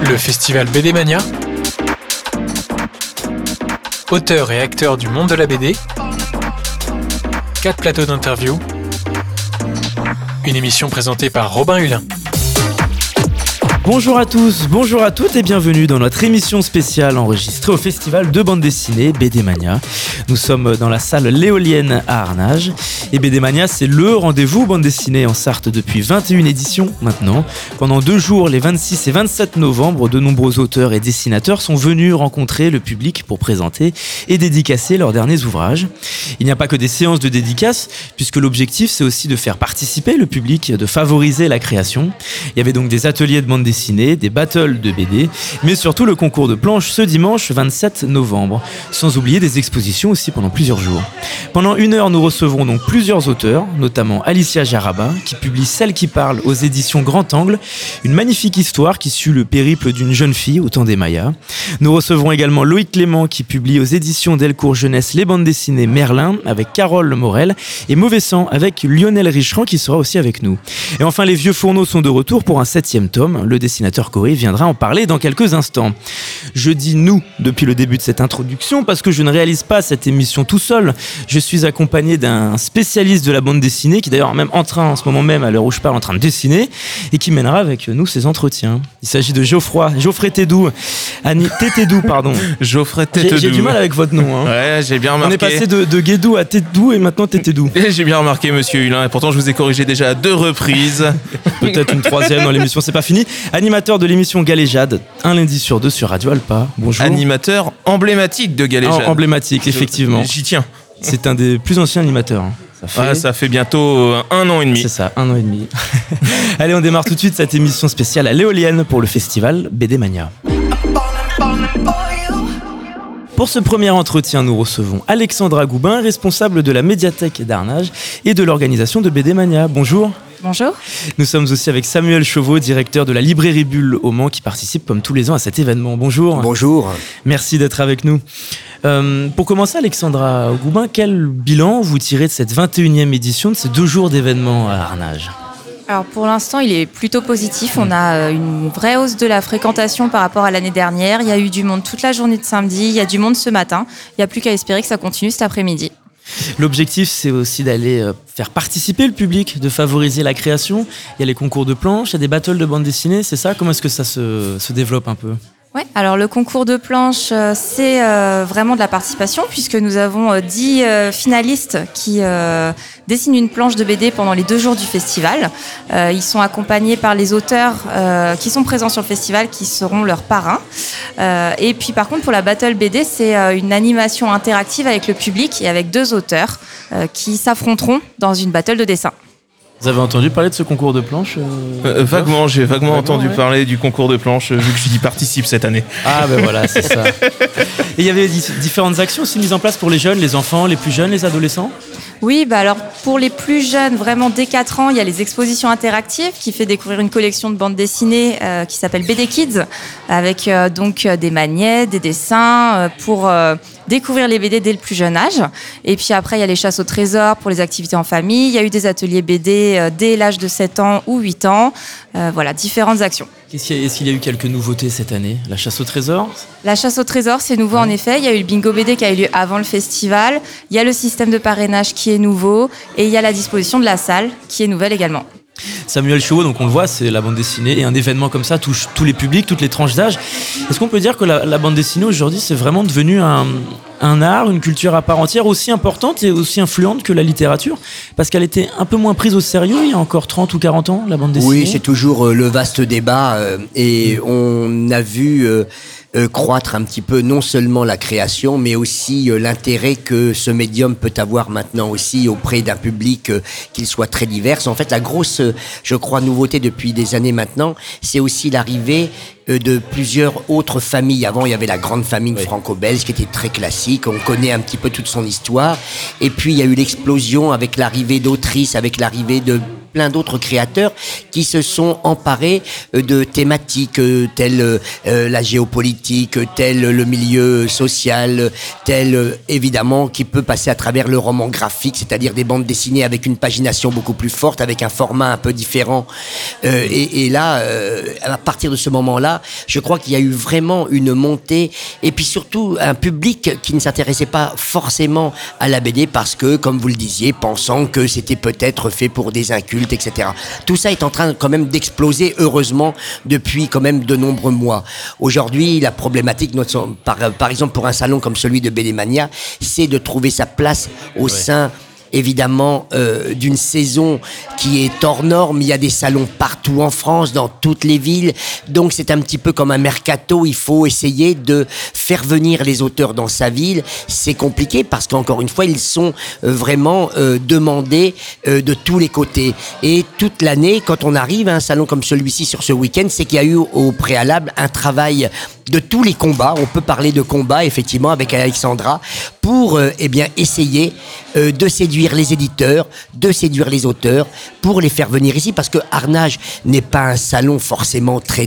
Le festival BD Mania. Auteurs et acteurs du monde de la BD. 4 plateaux d'interview. Une émission présentée par Robin Hulin. Bonjour à tous, bonjour à toutes et bienvenue dans notre émission spéciale enregistrée au festival de bande dessinée BD Mania. Nous sommes dans la salle L'Éolienne à Arnage et BD Mania, c'est le rendez-vous bande dessinée en Sarthe depuis 21 éditions maintenant. Pendant 2 jours, les 26 et 27 novembre, de nombreux auteurs et dessinateurs sont venus rencontrer le public pour présenter et dédicacer leurs derniers ouvrages. Il n'y a pas que des séances de dédicaces, puisque l'objectif c'est aussi de faire participer le public, de favoriser la création. Il y avait donc des ateliers de bande dessinée, des battles de BD, mais surtout le concours de planches ce dimanche 27 novembre, sans oublier des expositions aussi pendant plusieurs jours. Pendant 1 heure, nous recevrons donc plusieurs auteurs, notamment Alicia Jaraba, qui publie Celle qui parle aux éditions Grand Angle, une magnifique histoire qui suit le périple d'une jeune fille au temps des Mayas. Nous recevrons également Loïc Clément, qui publie aux éditions Delcourt Jeunesse les bandes dessinées Merlin, avec Carole Morel, et Mauvais Sang, avec Lionel Richerand, qui sera aussi avec nous. Et enfin, les Vieux Fourneaux sont de retour pour un 7e tome. Le dessinateur Corey viendra en parler dans quelques instants. Je dis nous depuis le début de cette introduction parce que je ne réalise pas cette émission tout seul. Je suis accompagné d'un spécialiste de la bande dessinée qui d'ailleurs même en train en ce moment même à l'heure où je parle en train de dessiner et qui mènera avec nous ces entretiens. Il s'agit de Geoffrey Tédou. Tétédou, pardon. Geoffrey Tédou. J'ai du mal avec votre nom. Hein. Ouais, j'ai bien remarqué. On est passé de Guédou à Tédou et maintenant Tétédou. J'ai bien remarqué, monsieur Hulin, et pourtant je vous ai corrigé déjà à 2 reprises. Peut-être une 3e dans l'émission, c'est pas fini. Animateur de l'émission Galéjade, un lundi sur 2 sur Radio Alpa. Bonjour. Animateur emblématique de Galéjade. Emblématique, effectivement. J'y tiens. C'est un des plus anciens animateurs. Ça fait bientôt 1 an et demi. C'est ça, 1 an et demi. Allez, on démarre tout de suite cette émission spéciale à l'Éolienne pour le festival BD Mania. Pour ce premier entretien, nous recevons Alexandra Goubin, responsable de la médiathèque d'Arnage et de l'organisation de BD Mania. Bonjour. Bonjour. Nous sommes aussi avec Samuel Chauveau, directeur de la librairie Bulle au Mans, qui participe comme tous les ans à cet événement. Bonjour. Bonjour. Merci d'être avec nous. Pour commencer, Alexandra Goubin, quel bilan vous tirez de cette 21e édition de ces 2 jours d'événements à Arnage ? Alors pour l'instant, il est plutôt positif. On a une vraie hausse de la fréquentation par rapport à l'année dernière. Il y a eu du monde toute la journée de samedi, il y a du monde ce matin. Il n'y a plus qu'à espérer que ça continue cet après-midi. L'objectif, c'est aussi d'aller faire participer le public, de favoriser la création. Il y a les concours de planches, il y a des battles de bande dessinée, c'est ça ? Comment est-ce que ça se développe un peu ? Ouais, alors le concours de planches, c'est vraiment de la participation puisque nous avons 10 finalistes qui dessinent une planche de BD pendant les 2 jours du festival. Ils sont accompagnés par les auteurs qui sont présents sur le festival, qui seront leurs parrains. Et puis par contre, pour la Battle BD, c'est une animation interactive avec le public et avec 2 auteurs qui s'affronteront dans une battle de dessin. Vous avez entendu parler de ce concours de planches Vaguement, j'ai vaguement entendu parler du concours de planches vu que j'y participe cette année. Ah ben voilà, c'est ça. Et il y avait différentes actions aussi mises en place pour les jeunes, les enfants, les plus jeunes, les adolescents ? Oui, alors pour les plus jeunes, vraiment dès 4 ans, il y a les expositions interactives qui fait découvrir une collection de bandes dessinées qui s'appelle BD Kids, avec donc des magnets, des dessins pour découvrir les BD dès le plus jeune âge. Et puis après, il y a les chasses au trésor pour les activités en famille. Il y a eu des ateliers BD dès l'âge de 7 ans ou 8 ans. Voilà, différentes actions. Est-ce qu'il y a eu quelques nouveautés cette année ? La chasse au trésor ? La chasse au trésor, c'est nouveau en effet. Il y a eu le bingo BD qui a eu lieu avant le festival. Il y a le système de parrainage qui est nouveau. Et il y a la disposition de la salle qui est nouvelle également. Samuel Chauveau, donc on le voit, c'est la bande dessinée. Et un événement comme ça touche tous les publics, toutes les tranches d'âge. Est-ce qu'on peut dire que la bande dessinée aujourd'hui, c'est vraiment devenu un art, une culture à part entière aussi importante et aussi influente que la littérature ? Parce qu'elle était un peu moins prise au sérieux il y a encore 30 ou 40 ans, la bande dessinée. Oui, c'est toujours le vaste débat. Et on a vu croître un petit peu non seulement la création, mais aussi l'intérêt que ce médium peut avoir maintenant aussi auprès d'un public qu'il soit très divers. En fait, la grosse, je crois, nouveauté depuis des années maintenant, c'est aussi l'arrivée de plusieurs autres familles. Avant, il y avait la grande famille franco-belge qui était très classique. On connaît un petit peu toute son histoire. Et puis, il y a eu l'explosion avec l'arrivée d'autrices, avec l'arrivée de plein d'autres créateurs qui se sont emparés de thématiques telles la géopolitique, telles le milieu social, telles évidemment qui peut passer à travers le roman graphique, c'est-à-dire des bandes dessinées avec une pagination beaucoup plus forte, avec un format un peu différent. Et là, à partir de ce moment-là, je crois qu'il y a eu vraiment une montée et puis surtout un public qui ne s'intéressait pas forcément à la BD parce que, comme vous le disiez, pensant que c'était peut-être fait pour des incultes, etc. Tout ça est en train quand même d'exploser, heureusement, depuis quand même de nombreux mois. Aujourd'hui, la problématique, par exemple pour un salon comme celui de BD Mania, c'est de trouver sa place au sein évidemment d'une saison qui est hors norme. Il y a des salons partout en France, dans toutes les villes, donc c'est un petit peu comme un mercato. Il faut essayer de faire venir les auteurs dans sa ville. C'est compliqué parce qu'encore une fois ils sont vraiment demandés de tous les côtés, et toute l'année quand on arrive à un salon comme celui-ci sur ce week-end, c'est qu'il y a eu au préalable un travail de tous les combats. On peut parler de combats effectivement avec Alexandra pour essayer de séduire les éditeurs, de séduire les auteurs pour les faire venir ici, parce que Arnage n'est pas un salon forcément très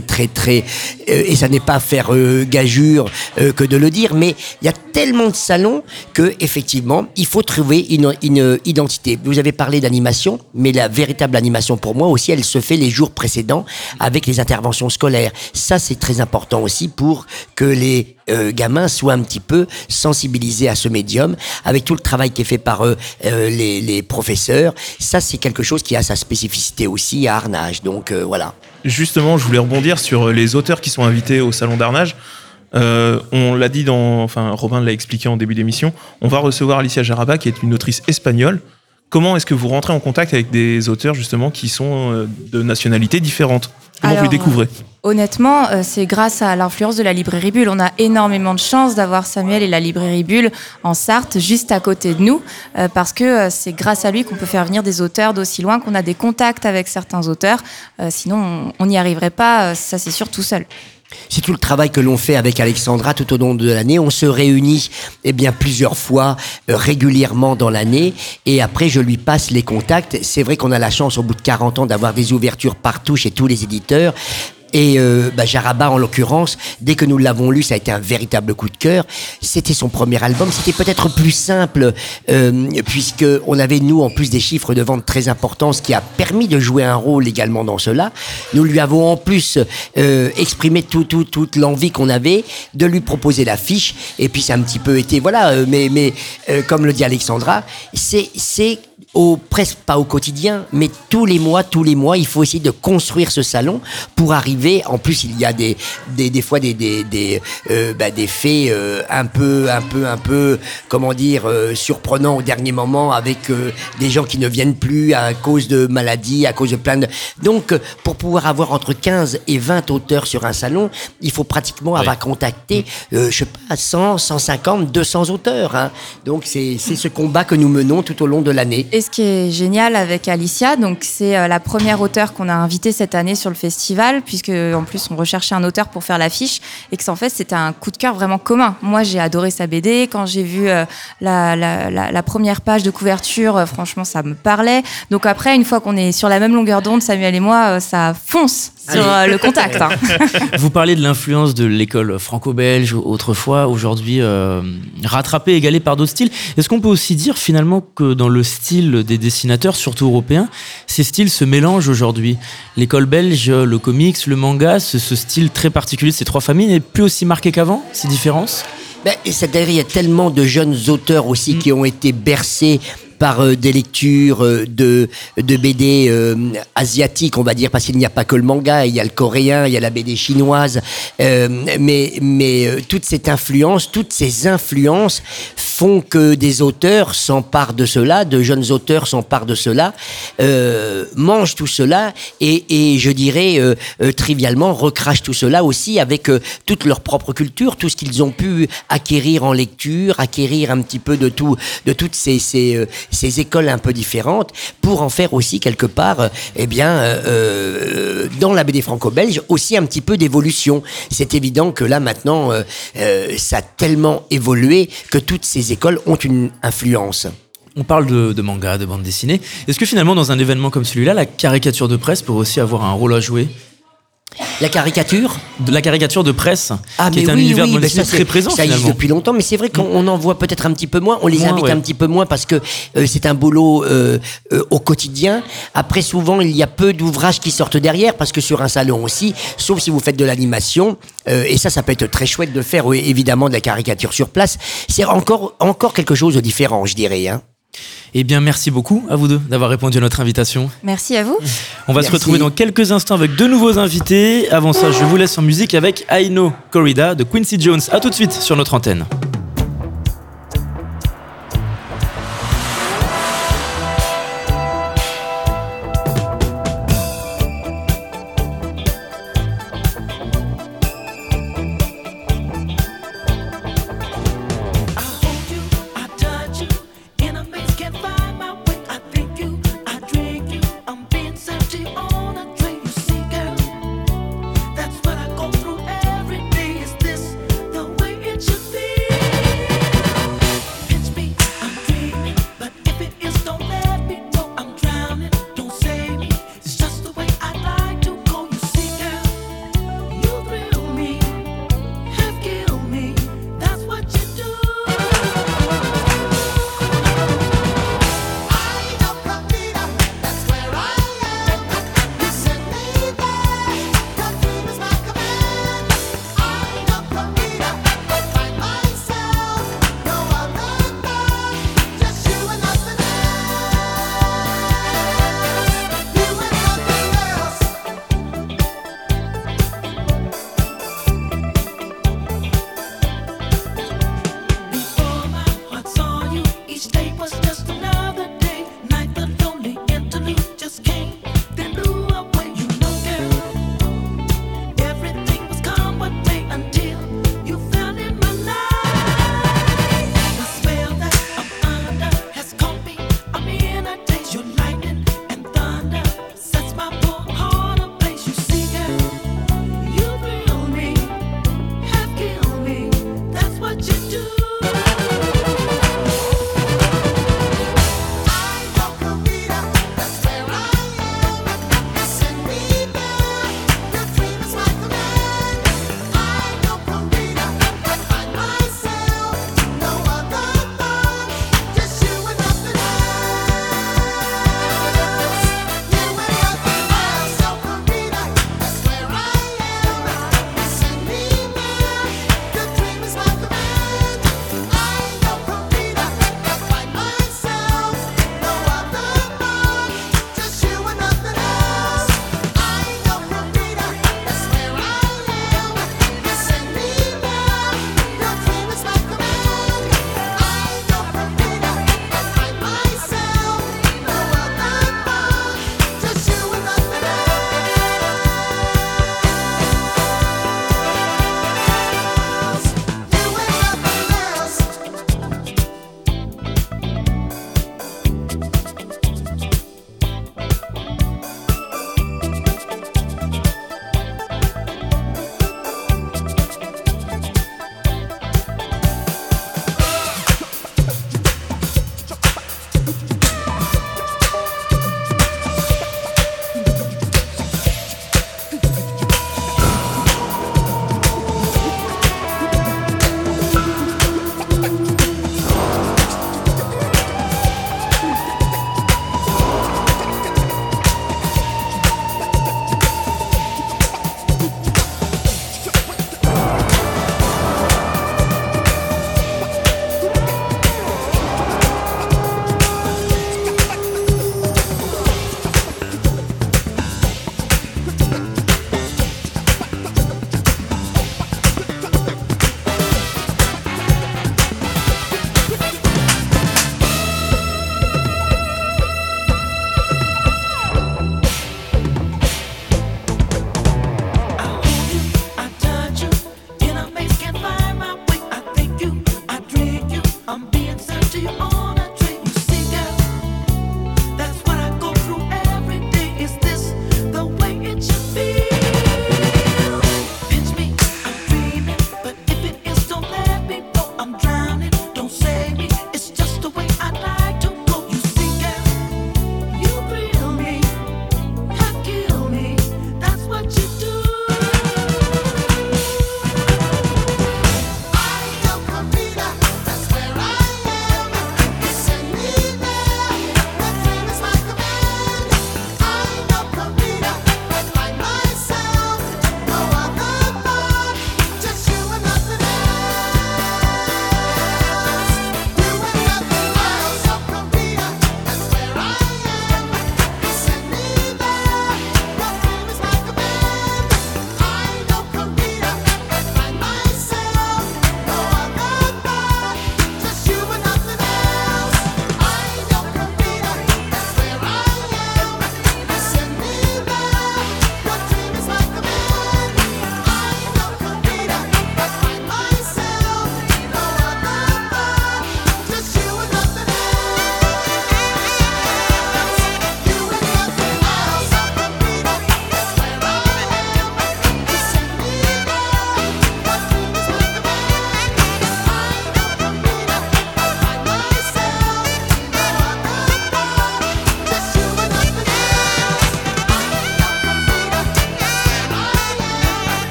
et ça n'est pas faire gageure que de le dire, mais il y a tellement de salons que effectivement il faut trouver une identité. Vous avez parlé d'animation, mais la véritable animation pour moi aussi, elle se fait les jours précédents avec les interventions scolaires. Ça c'est très important aussi pour que les gamins soient un petit peu sensibilisés à ce médium, avec tout le travail qui est fait par les professeurs. Ça c'est quelque chose qui a sa spécificité aussi à Arnage, donc voilà. Justement, je voulais rebondir sur les auteurs qui sont invités au salon d'Arnage. On l'a dit Robin l'a expliqué en début d'émission, on va recevoir Alicia Jaraba qui est une autrice espagnole. Comment est-ce que vous rentrez en contact avec des auteurs justement qui sont de nationalités différentes? Comment vous les découvrez? Honnêtement, c'est grâce à l'influence de la librairie Bulle. On a énormément de chance d'avoir Samuel et la librairie Bulle en Sarthe, juste à côté de nous, parce que c'est grâce à lui qu'on peut faire venir des auteurs d'aussi loin, qu'on a des contacts avec certains auteurs. Sinon, on n'y arriverait pas, ça c'est sûr, tout seul. C'est tout le travail que l'on fait avec Alexandra tout au long de l'année. On se réunit plusieurs fois régulièrement dans l'année, et après je lui passe les contacts. C'est vrai qu'on a la chance au bout de 40 ans d'avoir des ouvertures partout chez tous les éditeurs. Et Jaraba, en l'occurrence, dès que nous l'avons lu, ça a été un véritable coup de cœur. C'était son premier album. C'était peut-être plus simple, puisque on avait, nous, en plus des chiffres de vente très importants, ce qui a permis de jouer un rôle également dans cela. Nous lui avons en plus exprimé toute l'envie qu'on avait de lui proposer l'affiche. Et puis, c'est un petit peu été, comme le dit Alexandra, c'est presque pas au quotidien, mais tous les mois, il faut essayer de construire ce salon pour arriver. En plus, il y a des fois des faits un peu comment dire, surprenants au dernier moment, avec des gens qui ne viennent plus à cause de maladies, à cause de plein de... Donc, pour pouvoir avoir entre 15 et 20 auteurs sur un salon, il faut pratiquement avoir contacté, 100, 150, 200 auteurs. Hein. Donc, c'est ce combat que nous menons tout au long de l'année. Et ce qui est génial avec Alicia, donc c'est la première auteure qu'on a invitée cette année sur le festival, puisque en plus on recherchait un auteur pour faire l'affiche, et que en fait c'était un coup de cœur vraiment commun. Moi j'ai adoré sa BD, quand j'ai vu la première page de couverture, franchement ça me parlait. Donc après, une fois qu'on est sur la même longueur d'onde, Samuel et moi, ça fonce sur le contact. Hein. Vous parlez de l'influence de l'école franco-belge autrefois, aujourd'hui rattrapée, égalée par d'autres styles. Est-ce qu'on peut aussi dire finalement que dans le style des dessinateurs, surtout européens, ces styles se mélangent aujourd'hui? L'école belge, le comics, le manga, ce style très particulier de ces trois familles n'est plus aussi marqué qu'avant, ces différences? C'est-à-dire, il y a tellement de jeunes auteurs aussi qui ont été bercés par des lectures de BD asiatiques, on va dire, parce qu'il n'y a pas que le manga, il y a le coréen, il y a la BD chinoise, mais toute cette influence, toutes ces influences font que des auteurs s'emparent de cela, de jeunes auteurs s'emparent de cela, mangent tout cela et je dirais trivialement recrachent tout cela aussi avec toute leur propre culture, tout ce qu'ils ont pu acquérir en lecture, acquérir un petit peu de toutes ces écoles un peu différentes, pour en faire aussi quelque part, dans la BD franco-belge, aussi un petit peu d'évolution. C'est évident que là maintenant, ça a tellement évolué que toutes ces écoles ont une influence. On parle de manga, de bande dessinée. Est-ce que finalement, dans un événement comme celui-là, la caricature de presse peut aussi avoir un rôle à jouer ? La caricature La caricature de presse, qui est un mais univers de bande mais dessinée très présent ça finalement. existe depuis longtemps, mais c'est vrai qu'on en voit peut-être un petit peu moins. On les invite un petit peu moins parce que c'est un boulot au quotidien. Après, souvent, il y a peu d'ouvrages qui sortent derrière parce que sur un salon aussi, sauf si vous faites de l'animation, et ça peut être très chouette de faire, évidemment, de la caricature sur place. C'est encore quelque chose de différent, je dirais. Hein. Eh bien, merci beaucoup à vous deux d'avoir répondu à notre invitation. Merci à vous. On va se retrouver dans quelques instants avec de nouveaux invités. Avant ça, je vous laisse en musique avec I Know Corrida de Quincy Jones. À tout de suite sur notre antenne. That's what I go through every day. Is this the way it should be?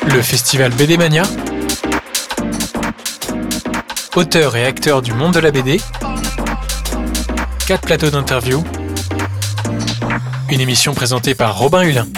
Le festival BD Mania. Auteur et acteur du monde de la BD. 4 plateaux d'interview. Une émission présentée par Robin Hulin.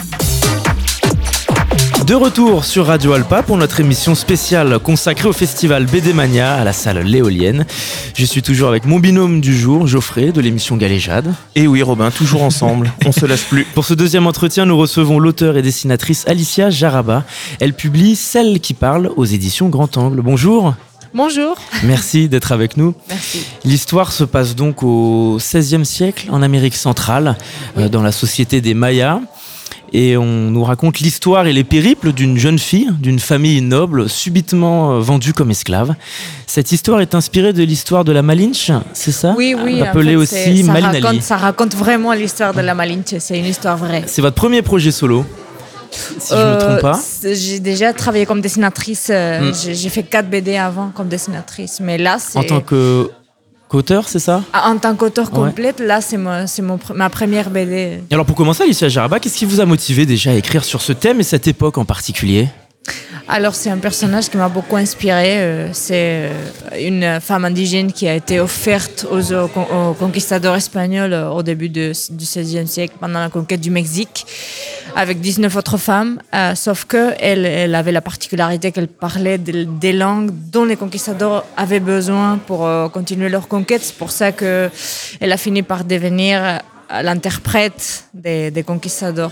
De retour sur Radio Alpa pour notre émission spéciale consacrée au festival BD Mania à la salle L'Éolienne. Je suis toujours avec mon binôme du jour, Geoffrey, de l'émission Galéjade. Et oui, Robin, toujours ensemble, on se lasse plus. Pour ce deuxième entretien, nous recevons l'auteure et dessinatrice Alicia Jaraba. Elle publie Celle qui parle aux éditions Grand Angle. Bonjour. Bonjour. Merci d'être avec nous. Merci. L'histoire se passe donc au XVIe siècle en Amérique centrale, dans la société des Mayas. Et on nous raconte l'histoire et les périples d'une jeune fille, d'une famille noble, subitement vendue comme esclave. Cette histoire est inspirée de l'histoire de la Malinche, c'est ça ? Oui. Appelée en fait, aussi Malin Ali. Ça raconte vraiment l'histoire de la Malinche, c'est une histoire vraie. C'est votre premier projet solo, si je ne me trompe pas. J'ai déjà travaillé comme dessinatrice, j'ai fait 4 BD avant comme dessinatrice, mais là c'est... En tant qu'auteur, c'est ça ? En tant qu'auteur complète, là c'est ma première BD. Et alors pour commencer, Alicia Jaraba, qu'est-ce qui vous a motivé déjà à écrire sur ce thème et cette époque en particulier ? Alors c'est un personnage qui m'a beaucoup inspiré. C'est une femme indigène qui a été offerte aux conquistadors espagnols au début du XVIe siècle pendant la conquête du Mexique, avec 19 autres femmes. Sauf que elle avait la particularité qu'elle parlait des langues dont les conquistadors avaient besoin pour continuer leur conquête. C'est pour ça que elle a fini par devenir l'interprète des conquistadors.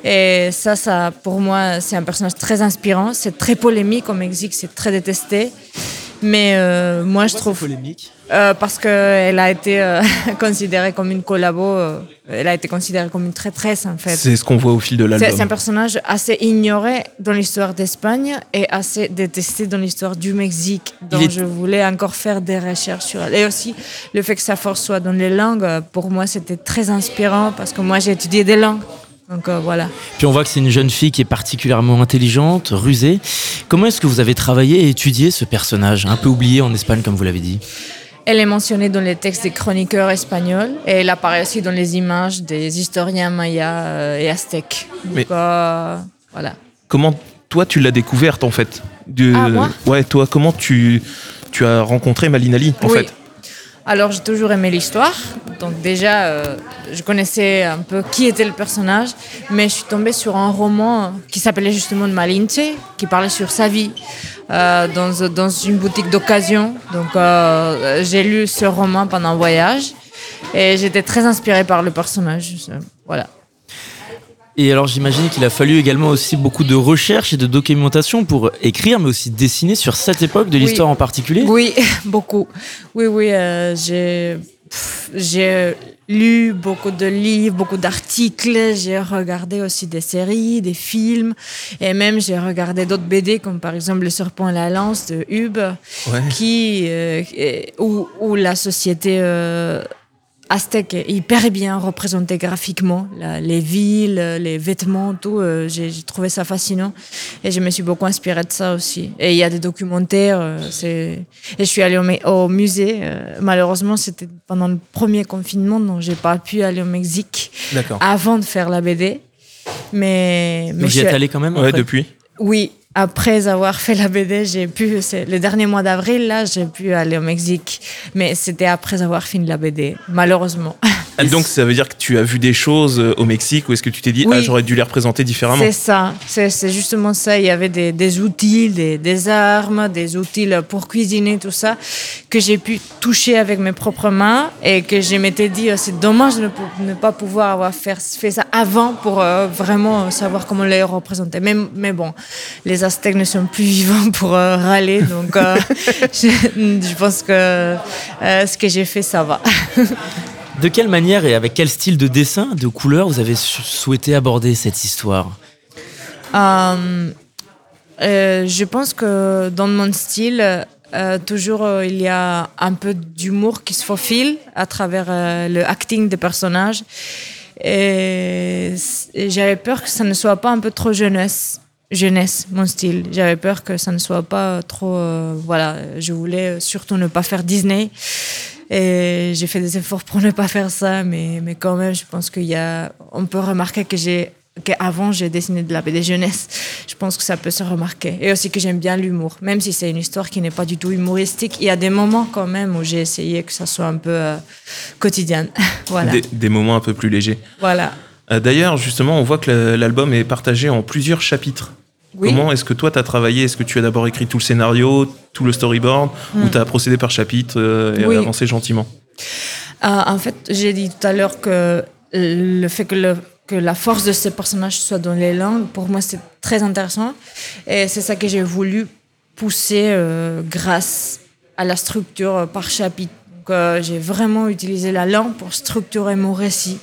Et ça, pour moi, c'est un personnage très inspirant. C'est très polémique au Mexique, c'est très détesté. Mais moi, je trouve... polémique parce qu'elle a été considérée comme une collabo. Elle a été considérée comme une traîtresse, en fait. C'est ce qu'on voit au fil de l'album. C'est un personnage assez ignoré dans l'histoire d'Espagne et assez détesté dans l'histoire du Mexique. Donc je voulais encore faire des recherches sur elle. Et aussi, le fait que sa force soit dans les langues, pour moi, c'était très inspirant parce que moi, j'ai étudié des langues. Donc voilà. Puis on voit que c'est une jeune fille qui est particulièrement intelligente, rusée. Comment est-ce que vous avez travaillé et étudié ce personnage, un peu oublié en Espagne, comme vous l'avez dit ? Elle est mentionnée dans les textes des chroniqueurs espagnols et elle apparaît aussi dans les images des historiens mayas et aztèques. Donc, voilà. Comment toi tu l'as découverte en fait moi ? Ouais, toi, comment tu as rencontré Malin Ali en fait ? Alors j'ai toujours aimé l'histoire, donc déjà je connaissais un peu qui était le personnage, mais je suis tombée sur un roman qui s'appelait justement Malinche, qui parlait sur sa vie dans une boutique d'occasion. Donc j'ai lu ce roman pendant un voyage et j'étais très inspirée par le personnage. Voilà. Et alors j'imagine qu'il a fallu également aussi beaucoup de recherche et de documentation pour écrire, mais aussi dessiner sur cette époque de l'histoire en particulier. Oui, beaucoup. Oui, j'ai lu beaucoup de livres, beaucoup d'articles, j'ai regardé aussi des séries, des films, et même j'ai regardé d'autres BD, comme par exemple Le Serpent et la Lance de Huber, où la société... aztèque est hyper bien représenté graphiquement, les villes, les vêtements, tout. J'ai trouvé ça fascinant et je me suis beaucoup inspirée de ça aussi. Et il y a des documentaires. Et je suis allée au musée. Malheureusement, c'était pendant le premier confinement, donc j'ai pas pu aller au Mexique avant de faire la BD. Mais vous y êtes allée quand même après ? Depuis. Oui. Après avoir fait la BD, le dernier mois d'avril, là, j'ai pu aller au Mexique. Mais c'était après avoir fini la BD, malheureusement. Donc ça veut dire que tu as vu des choses au Mexique ou est-ce que tu t'es dit j'aurais dû les représenter différemment ? C'est ça, c'est justement ça. Il y avait des outils, des armes, des outils pour cuisiner, tout ça, que j'ai pu toucher avec mes propres mains et que je m'étais dit c'est dommage de ne pas pouvoir avoir fait ça avant pour vraiment savoir comment les représenter. Mais bon, les Aztèques ne sont plus vivants pour râler, donc je pense que ce que j'ai fait, ça va. De quelle manière et avec quel style de dessin, de couleur, vous avez souhaité aborder cette histoire ? Je pense que dans mon style, toujours il y a un peu d'humour qui se faufile à travers le acting des personnages. Et j'avais peur que ça ne soit pas un peu trop jeunesse, mon style. J'avais peur que ça ne soit pas trop... je voulais surtout ne pas faire Disney. Et j'ai fait des efforts pour ne pas faire ça, mais quand même, je pense on peut remarquer que j'ai qu'avant j'ai dessiné de la BD jeunesse. Je pense que ça peut se remarquer. Et aussi que j'aime bien l'humour, même si c'est une histoire qui n'est pas du tout humoristique. Il y a des moments quand même où j'ai essayé que ça soit un peu quotidien. Voilà. Des moments un peu plus légers. Voilà. D'ailleurs, justement, on voit que l'album est partagé en plusieurs chapitres. Oui. Comment est-ce que toi, tu as travaillé? Est-ce que tu as d'abord écrit tout le scénario, tout le storyboard, ou tu as procédé par chapitre et Oui. avancé gentiment? En fait, j'ai dit tout à l'heure que le fait que la force de ces personnages soit dans les langues, pour moi, c'est très intéressant. Et c'est ça que j'ai voulu pousser grâce à la structure par chapitre. Donc, j'ai vraiment utilisé la langue pour structurer mon récit.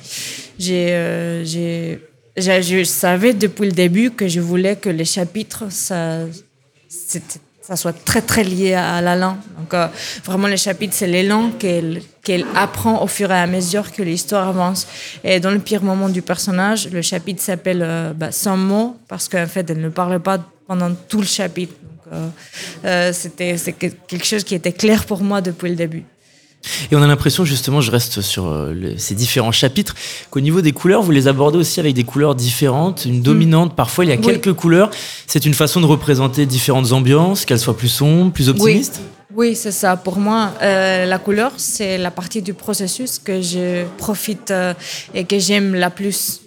Je savais depuis le début que je voulais que les chapitres, ça soit très, très lié à la langue. Donc, vraiment, les chapitres, c'est les langues qu'elle apprend au fur et à mesure que l'histoire avance. Et dans le pire moment du personnage, le chapitre s'appelle Sans mots, parce qu'en fait, elle ne parle pas pendant tout le chapitre. Donc, c'est quelque chose qui était clair pour moi depuis le début. Et on a l'impression, justement, je reste sur ces différents chapitres, qu'au niveau des couleurs, vous les abordez aussi avec des couleurs différentes, une dominante. Parfois, il y a quelques couleurs. C'est une façon de représenter différentes ambiances, qu'elles soient plus sombres, plus optimistes. Oui, c'est ça. Pour moi, la couleur, c'est la partie du processus que je profite et que j'aime la plus.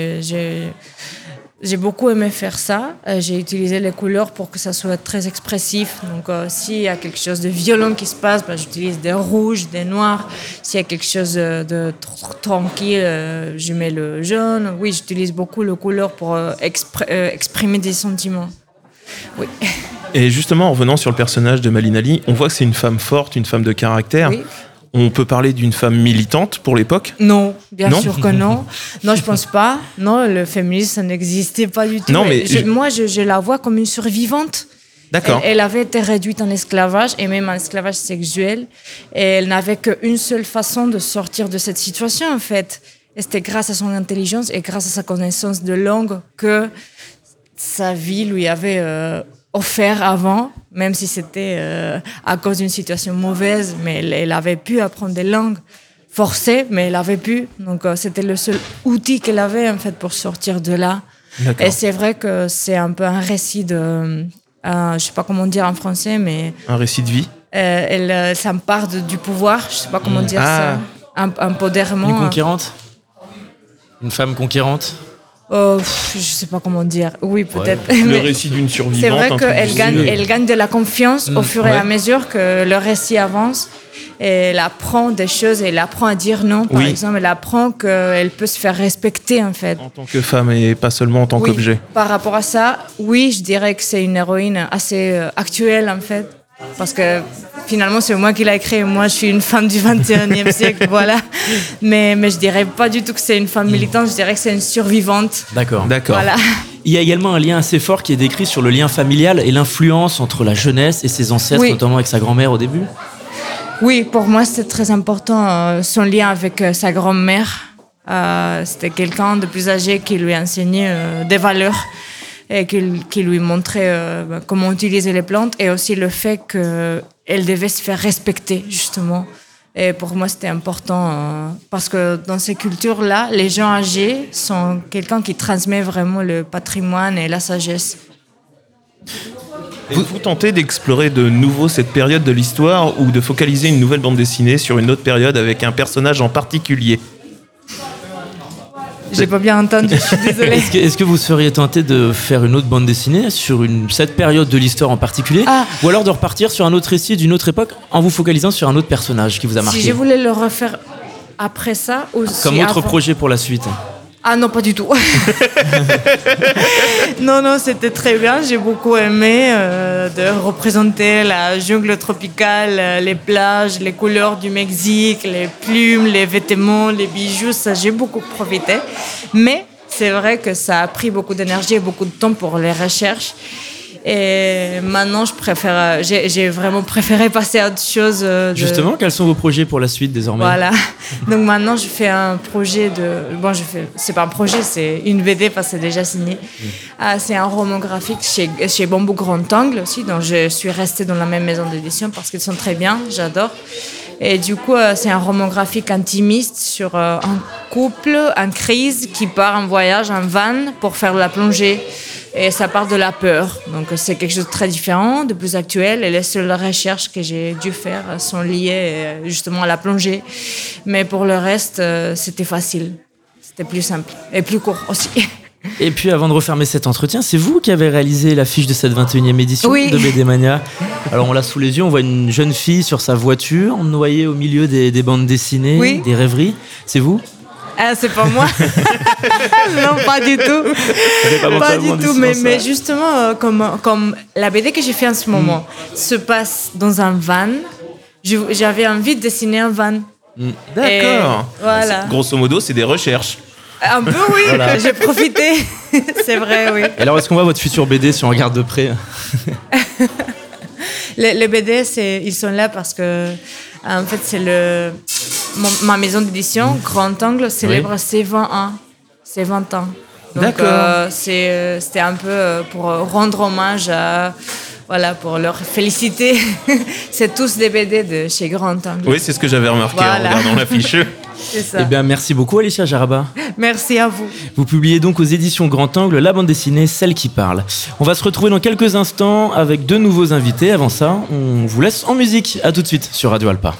J'ai beaucoup aimé faire ça. J'ai utilisé les couleurs pour que ça soit très expressif. Donc, s'il y a quelque chose de violent qui se passe, j'utilise des rouges, des noirs. S'il y a quelque chose de tranquille, je mets le jaune. Oui, j'utilise beaucoup les couleurs pour exprimer des sentiments. Oui. Et justement, en revenant sur le personnage de Malin Ali, on voit que c'est une femme forte, une femme de caractère. Oui. On peut parler d'une femme militante pour l'époque? Non, bien sûr que non. Non, je pense pas. Non, le féminisme, ça n'existait pas du tout. Non, mais moi, je la vois comme une survivante. D'accord. Elle avait été réduite en esclavage, et même en esclavage sexuel. Et elle n'avait qu'une seule façon de sortir de cette situation, en fait. Et c'était grâce à son intelligence et grâce à sa connaissance de langue que sa vie lui avait offert avant, même si c'était à cause d'une situation mauvaise, mais elle avait pu apprendre des langues forcées, mais elle avait pu. Donc c'était le seul outil qu'elle avait en fait pour sortir de là. D'accord. Et c'est vrai que c'est un peu un récit de, je sais pas comment dire en français, mais un récit de vie. Elle s'empare du pouvoir, je sais pas comment dire ça, un empoderement. Une conquérante, une femme conquérante. Je sais pas comment dire. Oui, peut-être. Ouais. Le récit d'une survivante. C'est vrai qu'elle gagne de la confiance au fur et à mesure que le récit avance. Et elle apprend des choses, elle apprend à dire non, par exemple. Elle apprend qu'elle peut se faire respecter, en fait. En tant que femme et pas seulement en tant qu'objet. Par rapport à ça, oui, je dirais que c'est une héroïne assez actuelle, en fait. Parce que finalement, c'est moi qui l'ai écrit. Moi, je suis une femme du 21e siècle, voilà. Mais je dirais pas du tout que c'est une femme militante, je dirais que c'est une survivante. D'accord. Voilà. Il y a également un lien assez fort qui est décrit sur le lien familial et l'influence entre la jeunesse et ses ancêtres, notamment avec sa grand-mère au début. Oui, pour moi, c'était très important, son lien avec sa grand-mère. C'était quelqu'un de plus âgé qui lui enseignait des valeurs et qui lui montrait comment utiliser les plantes, et aussi le fait qu'elle devait se faire respecter, justement. Et pour moi, c'était important parce que dans ces cultures-là, les gens âgés sont quelqu'un qui transmet vraiment le patrimoine et la sagesse. Vous tentez d'explorer de nouveau cette période de l'histoire ou de focaliser une nouvelle bande dessinée sur une autre période avec un personnage en particulier? J'ai pas bien entendu, je suis désolée. Est-ce que vous seriez tenté de faire une autre bande dessinée sur cette période de l'histoire en particulier, ou alors de repartir sur un autre récit d'une autre époque en vous focalisant sur un autre personnage qui vous a marqué? Si je voulais le refaire après ça ou comme autre projet pour la suite? Ah non, pas du tout. Non, c'était très bien. J'ai beaucoup aimé de représenter la jungle tropicale, les plages, les couleurs du Mexique, les plumes, les vêtements, les bijoux. Ça, j'ai beaucoup profité. Mais c'est vrai que ça a pris beaucoup d'énergie et beaucoup de temps pour les recherches. Et maintenant, j'ai vraiment préféré passer à autre chose. Justement, quels sont vos projets pour la suite désormais? Voilà. Donc maintenant, je fais un projet c'est pas un projet, c'est une BD parce que c'est déjà signé. C'est un roman graphique chez Bambou Grand Angle aussi. Donc je suis restée dans la même maison d'édition parce qu'ils sont très bien, j'adore. Et du coup, c'est un roman graphique intimiste sur un couple en crise qui part en voyage en van pour faire de la plongée. Et ça part de la peur. Donc c'est quelque chose de très différent, de plus actuel. Et les seules recherches que j'ai dû faire sont liées justement à la plongée. Mais pour le reste, c'était facile. C'était plus simple et plus court aussi. Et puis avant de refermer cet entretien, c'est vous qui avez réalisé l'affiche de cette 21e édition de BD Mania. Alors on l'a sous les yeux, on voit une jeune fille sur sa voiture, noyée au milieu des bandes dessinées, des rêveries. C'est vous ? Ah, c'est pas moi. Non, pas du tout. Pas du tout. Mais justement, comme la BD que j'ai fait en ce moment se passe dans un van, j'avais envie de dessiner un van. D'accord. Voilà. Grosso modo, c'est des recherches. Un peu, oui. Voilà. J'ai profité. C'est vrai, oui. Et alors, est-ce qu'on voit votre futur BD si on regarde de près ? Les BD, ils sont là parce que, en fait, c'est ma maison d'édition, Grand Angle, célèbre ses 20 ans. Ses 20 ans. Donc, d'accord. C'était un peu pour rendre hommage à... Voilà, pour leur féliciter. C'est tous des BD de chez Grand Angle. Oui, c'est ce que j'avais remarqué en regardant l'affiche. C'est ça. Eh bien, merci beaucoup, Alicia Jaraba. Merci à vous. Vous publiez donc aux éditions Grand Angle la bande dessinée Celle qui parle. On va se retrouver dans quelques instants avec 2 nouveaux invités. Avant ça, on vous laisse en musique. À tout de suite sur Radio Alpa.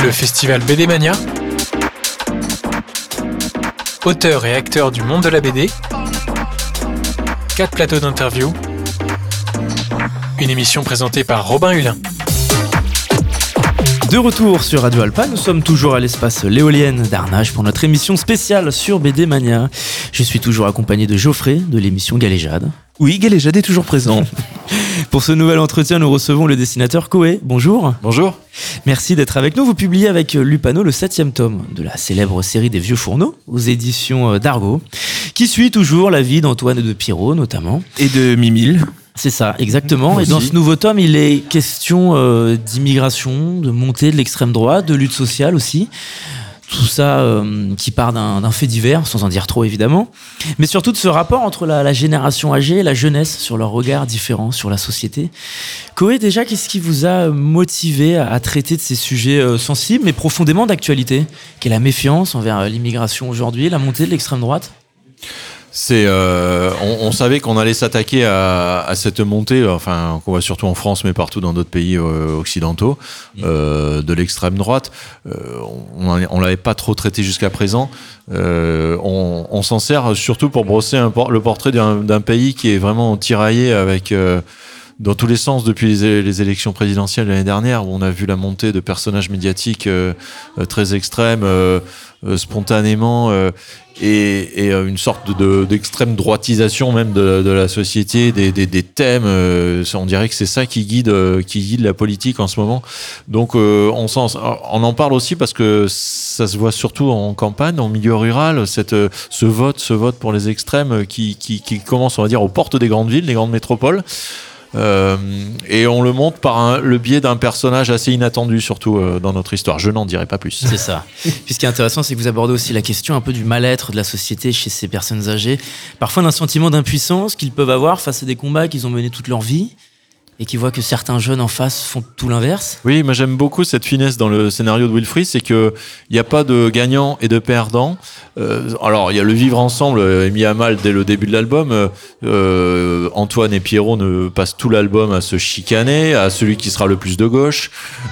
Le festival BD Mania. Auteurs et acteurs du monde de la BD. 4 plateaux d'interview. Une émission présentée par Robin Hulin. De retour sur Radio Alpa, nous sommes toujours à l'espace L'Éolienne d'Arnage pour notre émission spéciale sur BD Mania. Je suis toujours accompagné de Geoffrey de l'émission Galéjade. Oui, Galéjade est toujours présent. Pour ce nouvel entretien, nous recevons le dessinateur Koé. Bonjour. Bonjour. Merci d'être avec nous. Vous publiez avec Lupano le 7e tome de la célèbre série des Vieux Fourneaux aux éditions d'Argo, qui suit toujours la vie d'Antoine et de Pierrot notamment. Et de Mimile. C'est ça, exactement. Et dans ce nouveau tome, il est question d'immigration, de montée de l'extrême droite, de lutte sociale aussi. Tout ça qui part d'un fait divers, sans en dire trop évidemment. Mais surtout de ce rapport entre la génération âgée et la jeunesse sur leur regard différent sur la société. Koé, déjà, qu'est-ce qui vous a motivé à traiter de ces sujets sensibles mais profondément d'actualité ? Qu'est la méfiance envers l'immigration aujourd'hui, la montée de l'extrême droite ? On savait qu'on allait s'attaquer à cette montée, enfin qu'on voit surtout en France, mais partout dans d'autres pays occidentaux, de l'extrême droite. On l'avait pas trop traité jusqu'à présent. On s'en sert surtout pour brosser le portrait d'un pays qui est vraiment tiraillé avec dans tous les sens depuis les élections présidentielles l'année dernière, où on a vu la montée de personnages médiatiques très extrêmes, spontanément, et une sorte d'extrême droitisation même de la société, des thèmes. On dirait que c'est ça qui guide la politique en ce moment. Donc on en parle aussi parce que ça se voit surtout en campagne, en milieu rural, ce vote pour les extrêmes qui commence, on va dire, aux portes des grandes villes, des grandes métropoles. Et on le montre par le biais d'un personnage assez inattendu, surtout dans notre histoire. Je n'en dirai pas plus. C'est ça. Puis ce qui est intéressant, c'est que vous abordez aussi la question un peu du mal-être de la société chez ces personnes âgées, parfois d'un sentiment d'impuissance qu'ils peuvent avoir face à des combats qu'ils ont menés toute leur vie et qui voient que certains jeunes en face font tout l'inverse. Oui, moi j'aime beaucoup cette finesse dans le scénario de Wilfrid, c'est qu'il n'y a pas de gagnant et de perdant. Alors, il y a le vivre ensemble est mis à mal dès le début de l'album. Antoine et Pierrot ne passent tout l'album à se chicaner, à celui qui sera le plus de gauche.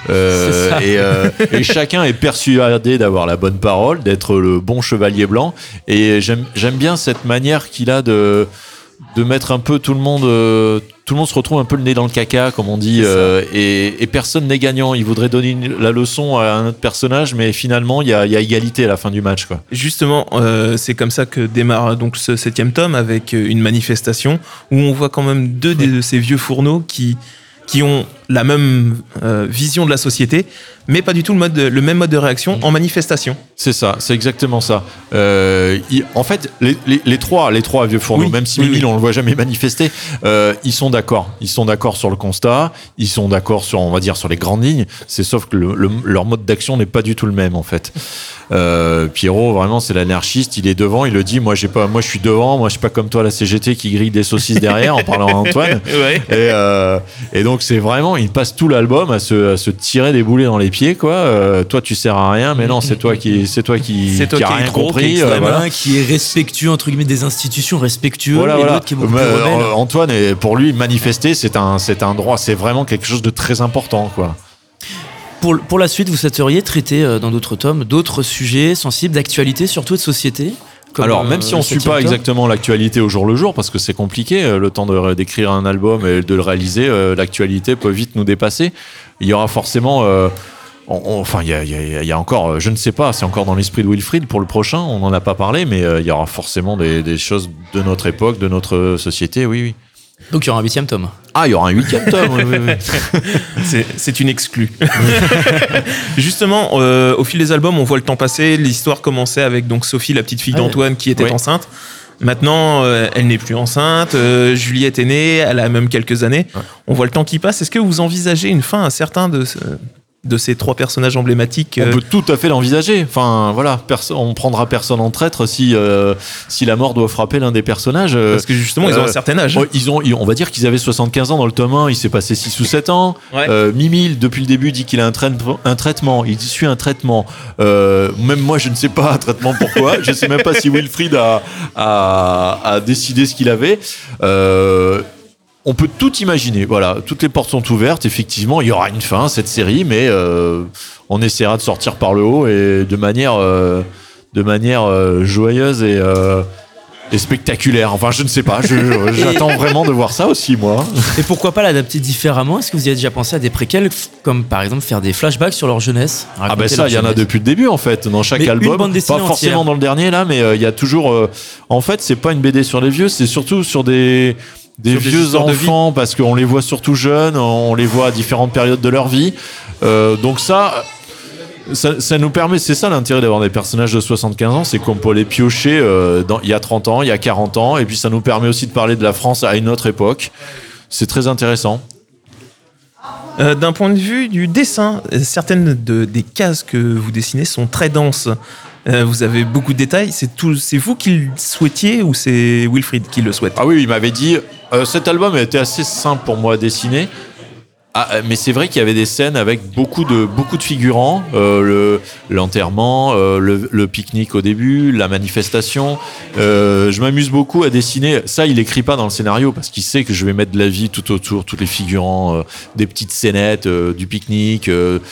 Et chacun est persuadé d'avoir la bonne parole, d'être le bon chevalier blanc. Et j'aime bien cette manière qu'il a de mettre un peu tout le monde se retrouve un peu le nez dans le caca, comme on dit, et personne n'est gagnant. Il voudrait donner la leçon à un autre personnage, mais finalement, il y a égalité à la fin du match, quoi. Justement, c'est comme ça que démarre donc ce 7e tome, avec une manifestation où on voit quand même deux de ces vieux fourneaux qui ont la même vision de la société, mais pas du tout le même mode de réaction en manifestation. C'est ça, c'est exactement ça. En fait, les trois vieux fourneaux, même si Mimile, on le voit jamais manifester, ils sont d'accord. Ils sont d'accord sur le constat, ils sont d'accord sur, on va dire, sur les grandes lignes. C'est sauf que leur mode d'action n'est pas du tout le même, en fait. Pierrot, vraiment, c'est l'anarchiste. Il est devant, il le dit. Moi, je suis devant. Moi, je suis pas comme toi, la CGT qui grille des saucisses derrière, en parlant à Antoine. Et donc, c'est vraiment, il passe tout l'album à se tirer des boulets dans les pieds, quoi. Toi, tu sers à rien, mais non, c'est toi qui a rien compris. Qui est respectueux, entre guillemets, des institutions, respectueux. Voilà. Et l'autre qui est beaucoup plus rebelle. Antoine, pour lui, manifester, c'est un droit. C'est vraiment quelque chose de très important, quoi. Pour la suite, vous souhaiteriez traiter dans d'autres tomes d'autres sujets sensibles, d'actualité, surtout de société ? Alors, même si on ne suit pas exactement l'actualité au jour le jour, parce que c'est compliqué, le temps d'écrire un album et de le réaliser, l'actualité peut vite nous dépasser. Il y aura forcément... il y a encore, je ne sais pas, c'est encore dans l'esprit de Wilfrid pour le prochain, on n'en a pas parlé, mais il y aura forcément des choses de notre époque, de notre société, oui. Donc il y aura un 8e tome. Ah, il y aura un 8e tome, oui. C'est une exclue. Justement, au fil des albums, on voit le temps passer, l'histoire commençait avec donc Sophie, la petite fille d'Antoine, qui était enceinte. Maintenant, elle n'est plus enceinte, Juliette est née, elle a même quelques années. Ouais. On voit le temps qui passe. Est-ce que vous envisagez une fin à certains de ces trois personnages emblématiques? On peut tout à fait l'envisager. Enfin, voilà, on prendra personne en traître si la mort doit frapper l'un des personnages. Parce que justement, ils ont un certain âge. On va dire qu'ils avaient 75 ans dans le tome 1, il s'est passé 6 ou 7 ans. Ouais. Mimile, depuis le début, dit qu'il a un traitement. Il suit un traitement. Même moi, je ne sais pas un traitement pourquoi. Je ne sais même pas si Wilfrid a décidé ce qu'il avait. on peut tout imaginer. Voilà, toutes les portes sont ouvertes. Effectivement, il y aura une fin cette série, mais on essaiera de sortir par le haut et de manière joyeuse et spectaculaire. Enfin, je ne sais pas. J'attends vraiment de voir ça aussi, moi. Et pourquoi pas l'adapter différemment? Est-ce que vous y avez déjà pensé à des préquels, comme par exemple faire des flashbacks sur leur jeunesse? Ah ben ça, il y en a depuis le début en fait, dans chaque album. Pas forcément entière. Dans le dernier là, mais il y a toujours. En fait, c'est pas une BD sur les vieux, c'est surtout sur des vieux enfants, parce qu'on les voit surtout jeunes, on les voit à différentes périodes de leur vie. Donc ça nous permet, c'est ça l'intérêt d'avoir des personnages de 75 ans, c'est qu'on peut les piocher il y a 30 ans, il y a 40 ans, et puis ça nous permet aussi de parler de la France à une autre époque. C'est très intéressant. D'un point de vue du dessin, certaines des cases que vous dessinez sont très denses. Vous avez beaucoup de détails. C'est vous qui le souhaitiez ou c'est Wilfried qui le souhaite? Ah oui, il m'avait dit cet album a été assez simple pour moi à dessiner. Mais c'est vrai qu'il y avait des scènes avec beaucoup de figurants, l'enterrement, le pique-nique au début, la manifestation. Je m'amuse beaucoup à dessiner. Ça, il écrit pas dans le scénario parce qu'il sait que je vais mettre de la vie tout autour, tous les figurants, des petites scénettes, du pique-nique.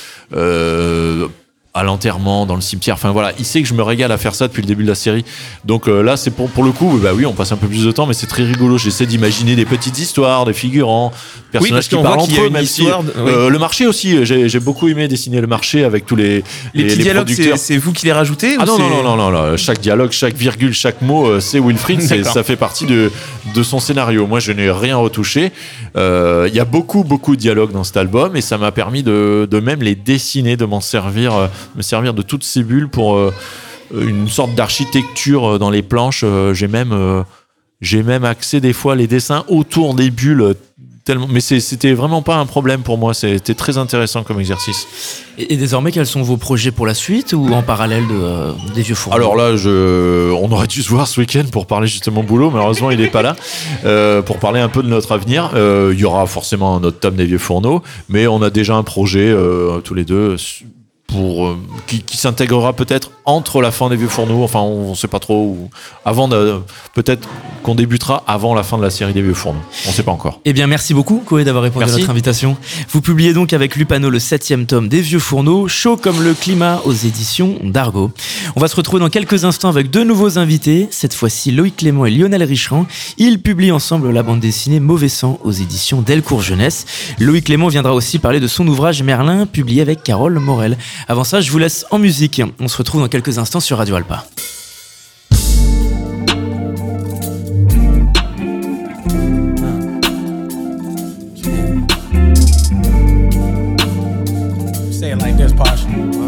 À l'enterrement, dans le cimetière, enfin voilà, il sait que je me régale à faire ça depuis le début de la série. Donc là, c'est pour le coup, bah oui, on passe un peu plus de temps, mais c'est très rigolo. J'essaie d'imaginer des petites histoires, des figurants, personnages qui parlent entre eux, même si le marché aussi. J'ai beaucoup aimé dessiner le marché avec tous les petits dialogues. C'est vous qui les rajoutez? Ah non. Chaque dialogue, chaque virgule, chaque mot, c'est Wilfried. Ça fait partie de son scénario. Moi, je n'ai rien retouché. Il y a beaucoup de dialogues dans cet album, et ça m'a permis de même les dessiner, de me servir de toutes ces bulles pour une sorte d'architecture dans les planches. J'ai même axé des fois les dessins autour des bulles tellement, mais c'était vraiment pas un problème pour moi. C'était très intéressant comme exercice. Et désormais, quels sont vos projets pour la suite ou en parallèle des Vieux Fourneaux? Alors là, on aurait dû se voir ce week-end pour parler justement boulot. Malheureusement, il n'est pas là pour parler un peu de notre avenir. Il y aura forcément notre tome des Vieux Fourneaux, mais on a déjà un projet tous les deux qui s'intégrera peut-être entre la fin des Vieux Fourneaux, enfin on sait pas trop, ou peut-être qu'on débutera avant la fin de la série des Vieux Fourneaux, on sait pas encore. Eh bien merci beaucoup Koé d'avoir répondu à notre invitation. Vous publiez donc avec Lupano le 7e tome des Vieux Fourneaux, chaud comme le climat aux éditions d'Argo. On va se retrouver dans quelques instants avec deux nouveaux invités, cette fois-ci Loïc Clément et Lionel Richerand. Ils publient ensemble la bande dessinée Mauvais Sang aux éditions Delcourt Jeunesse. Loïc Clément viendra aussi parler de son ouvrage Merlin, publié avec Carole Morel. Avant ça, je vous laisse en musique. On se retrouve dans quelques instants sur Radio Alpa. Say it like this, Posh.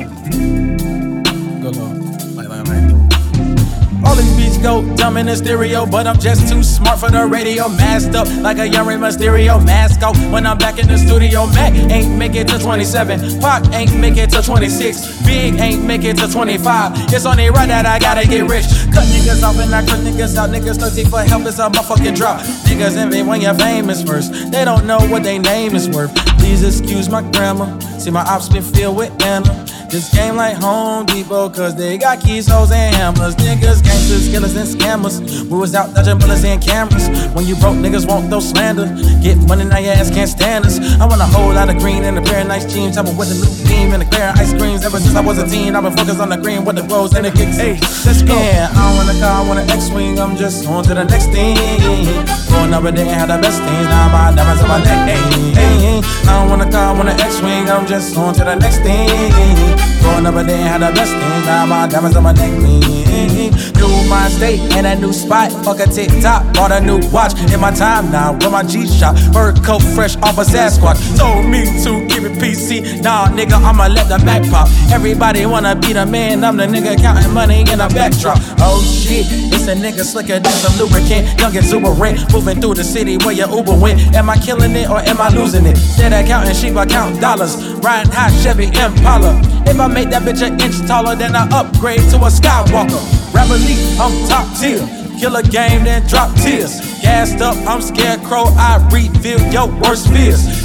Go. All these beats go dumb in the stereo, but I'm just too smart for the radio. Masked up like a young Rey Mysterio. Mask out when I'm back in the studio. Mac ain't make it to 27. Pac ain't make it to 26. Big ain't make it to 25. It's only right that I gotta get rich. Cut niggas off and I cut niggas out. Niggas thirsty for help, it's a motherfucking drop. Niggas envy when you're famous first. They don't know what they name is worth. Please excuse my grammar. See my ops been filled with Anna. This game like Home Depot, cause they got keys, hoes, and hammers. Niggas, gangsters, killers, and scammers. We was out dodging bullets and cameras. When you broke, niggas won't throw slander. Get money, now your ass can't stand us. I want a whole lot of green and a pair of nice jeans. Chopping with a new beam and a clear ice creams. Ever since I was a teen, I've been focused on the green with the clothes and the kicks. Hey, let's go. Yeah, I don't want a car, I want an X-Wing. I'm just on to the next thing. Going over there and had the best things. Now my diamonds on my neck. Hey, I don't want a car, I want an X-Wing. I'm just on to the next thing. Going over there and had the best things. Now my diamonds on my neck. New mind state and a new spot. Fuck a TikTok, bought a new watch. In my time now, with my G-Shock. Bird coat fresh off a Sasquatch. Told me to keep it PC. Nah, nigga, I'ma let the back pop. Everybody wanna be the man. I'm the nigga counting money in a backdrop. Oh shit, it's a nigga slicker than some lubricant. Young exuberant, moving through the city where your Uber went. Am I killing it or am I losing it? Instead of counting sheep, I count dollars. Riding high Chevy Impala. If I make that bitch an inch taller, then I upgrade to a Skywalker. Rap elite, I'm top tier. Kill a game, then drop tears. Gassed up, I'm scarecrow, I reveal your worst fears.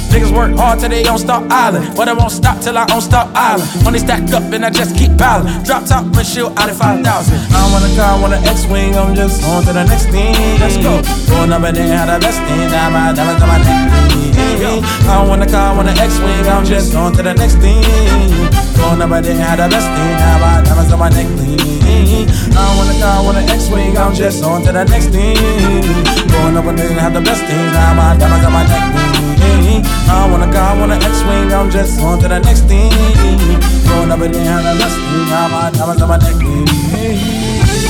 Niggas work hard till they don't stop island, but I won't stop till I don't stop island. Money stacked up and I just keep piling. Drop top windshield out at 5,000. I don't want a car, I want an X-Wing. I'm just on to the next thing. Let's go. Going up and then had the best thing. Diamonds on my neck. I don't want a car, I want an X-Wing. I'm just on to the next thing. Going up and then had the best thing. Diamonds on my neck. I don't want a car, I want an X-Wing. I'm just on to the next thing. Going up and then had the best thing. Diamonds on my neck. I don't want a car, I want an X-Wing. I'm just on to the next thing. Going up and then had the best thing. Diamonds on my neck.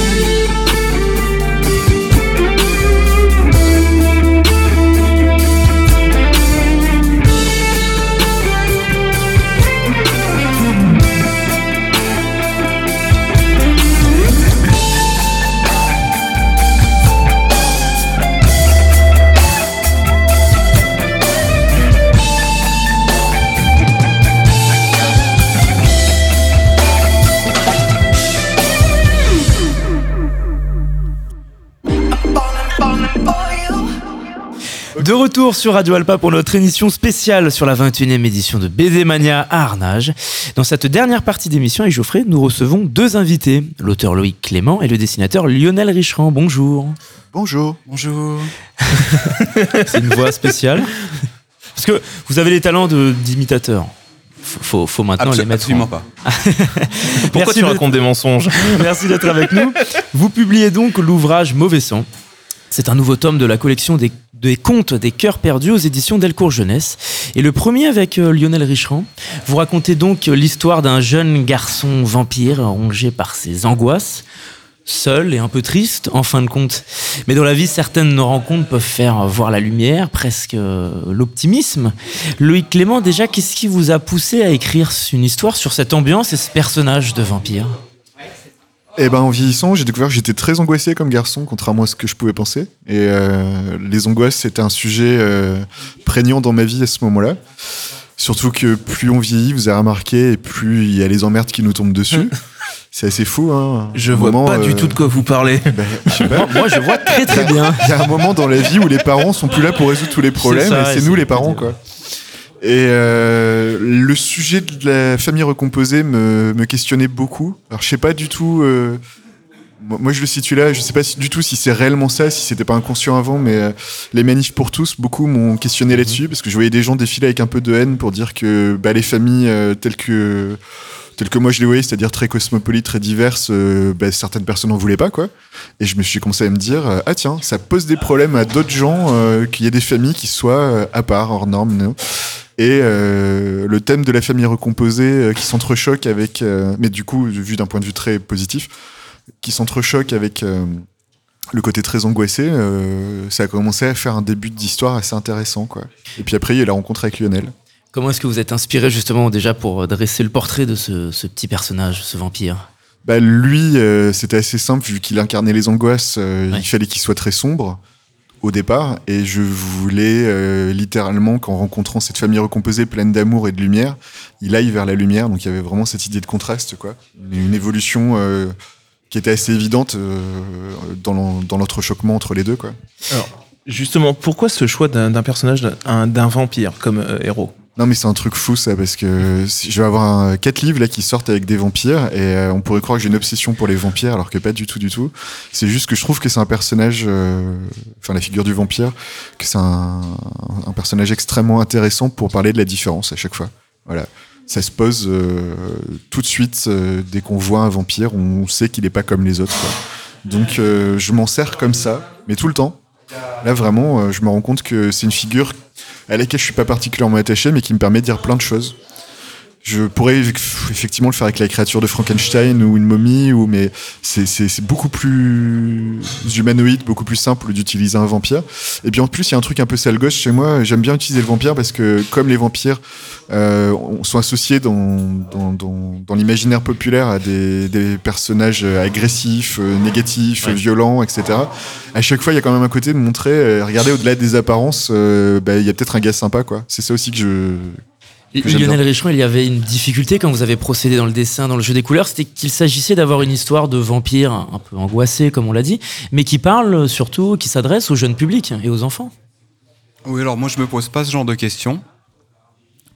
De retour sur Radio Alpa pour notre émission spéciale sur la 21e édition de BD Mania à Arnage. Dans cette dernière partie d'émission avec Geoffrey, nous recevons deux invités, l'auteur Loïc Clément et le dessinateur Lionel Richerand. Bonjour. Bonjour. Bonjour. C'est une voix spéciale. Parce que vous avez les talents d'imitateur. Faut maintenant les mettre. Absolument pas. Pourquoi tu racontes des mensonges? Merci d'être avec nous. Vous publiez donc l'ouvrage Mauvais sang. C'est un nouveau tome de la collection des contes des cœurs perdus aux éditions Delcourt Jeunesse. Et le premier avec Lionel Richerand. Vous racontez donc l'histoire d'un jeune garçon vampire rongé par ses angoisses, seul et un peu triste en fin de compte. Mais dans la vie, certaines rencontres peuvent faire voir la lumière, presque l'optimisme. Loïc Clément, déjà, qu'est-ce qui vous a poussé à écrire une histoire sur cette ambiance et ce personnage de vampire ? Eh ben, en vieillissant, j'ai découvert que j'étais très angoissé comme garçon, contrairement à ce que je pouvais penser. Et les angoisses, c'était un sujet prégnant dans ma vie à ce moment-là. Surtout que plus on vieillit, vous avez remarqué, et plus il y a les emmerdes qui nous tombent dessus. C'est assez fou, hein. Je vois pas du tout de quoi vous parlez. Je sais pas. Moi, je vois très très bien. Il y a un moment dans la vie où les parents sont plus là pour résoudre tous les problèmes, et c'est nous les parents, quoi. Et le sujet de la famille recomposée me questionnait beaucoup. Alors je sais pas du tout. Moi je le situe là. Je sais pas du tout si c'est réellement ça, si c'était pas inconscient avant. Mais les manifs pour tous, beaucoup m'ont questionné là-dessus parce que je voyais des gens défiler avec un peu de haine pour dire que les familles telles que moi je les voyais, c'est-à-dire très cosmopolites, très diverses, certaines personnes n'en voulaient pas, quoi. Et je me suis commencé à me dire, ah tiens, ça pose des problèmes à d'autres gens, qu'il y ait des familles qui soient à part, hors normes, non. Et le thème de la famille recomposée qui s'entrechoque avec, mais du coup, vu d'un point de vue très positif, qui s'entrechoque avec le côté très angoissé, ça a commencé à faire un début d'histoire assez intéressant, quoi. Et puis après, il y a la rencontre avec Lionel. Comment est-ce que vous êtes inspiré justement déjà pour dresser le portrait de ce petit personnage, ce vampire ? Lui, c'était assez simple, vu qu'il incarnait les angoisses, il fallait qu'il soit très sombre au départ, et je voulais littéralement qu'en rencontrant cette famille recomposée pleine d'amour et de lumière, il aille vers la lumière. Donc il y avait vraiment cette idée de contraste, quoi. Une évolution qui était assez évidente dans l'entrechoquement entre les deux, quoi. Alors, justement, pourquoi ce choix d'un personnage, d'un vampire comme héros ? Non, mais c'est un truc fou, ça, parce que je vais avoir 4 livres là qui sortent avec des vampires, et on pourrait croire que j'ai une obsession pour les vampires, alors que pas du tout, du tout. C'est juste que je trouve que c'est un personnage, la figure du vampire, que c'est un personnage extrêmement intéressant pour parler de la différence à chaque fois. Voilà. Ça se pose tout de suite, dès qu'on voit un vampire, on sait qu'il n'est pas comme les autres, quoi. Donc je m'en sers comme ça, mais tout le temps. Là, vraiment, je me rends compte que c'est une figure à laquelle je suis pas particulièrement attaché, mais qui me permet de dire plein de choses. Je pourrais effectivement le faire avec la créature de Frankenstein ou une momie, mais c'est beaucoup plus humanoïde, beaucoup plus simple d'utiliser un vampire. Et puis en plus, il y a un truc un peu sale gosse chez moi. J'aime bien utiliser le vampire parce que comme les vampires sont associés dans l'imaginaire populaire à des personnages agressifs, négatifs, violents, etc. À chaque fois, il y a quand même un côté de montrer, regardez au-delà des apparences, il y a peut-être un gars sympa, quoi. C'est ça aussi que Lionel Richerand, il y avait une difficulté quand vous avez procédé dans le dessin, dans le jeu des couleurs, c'était qu'il s'agissait d'avoir une histoire de vampire un peu angoissée, comme on l'a dit, mais qui parle surtout, qui s'adresse au jeune public et aux enfants. Oui, alors moi je me pose pas ce genre de questions.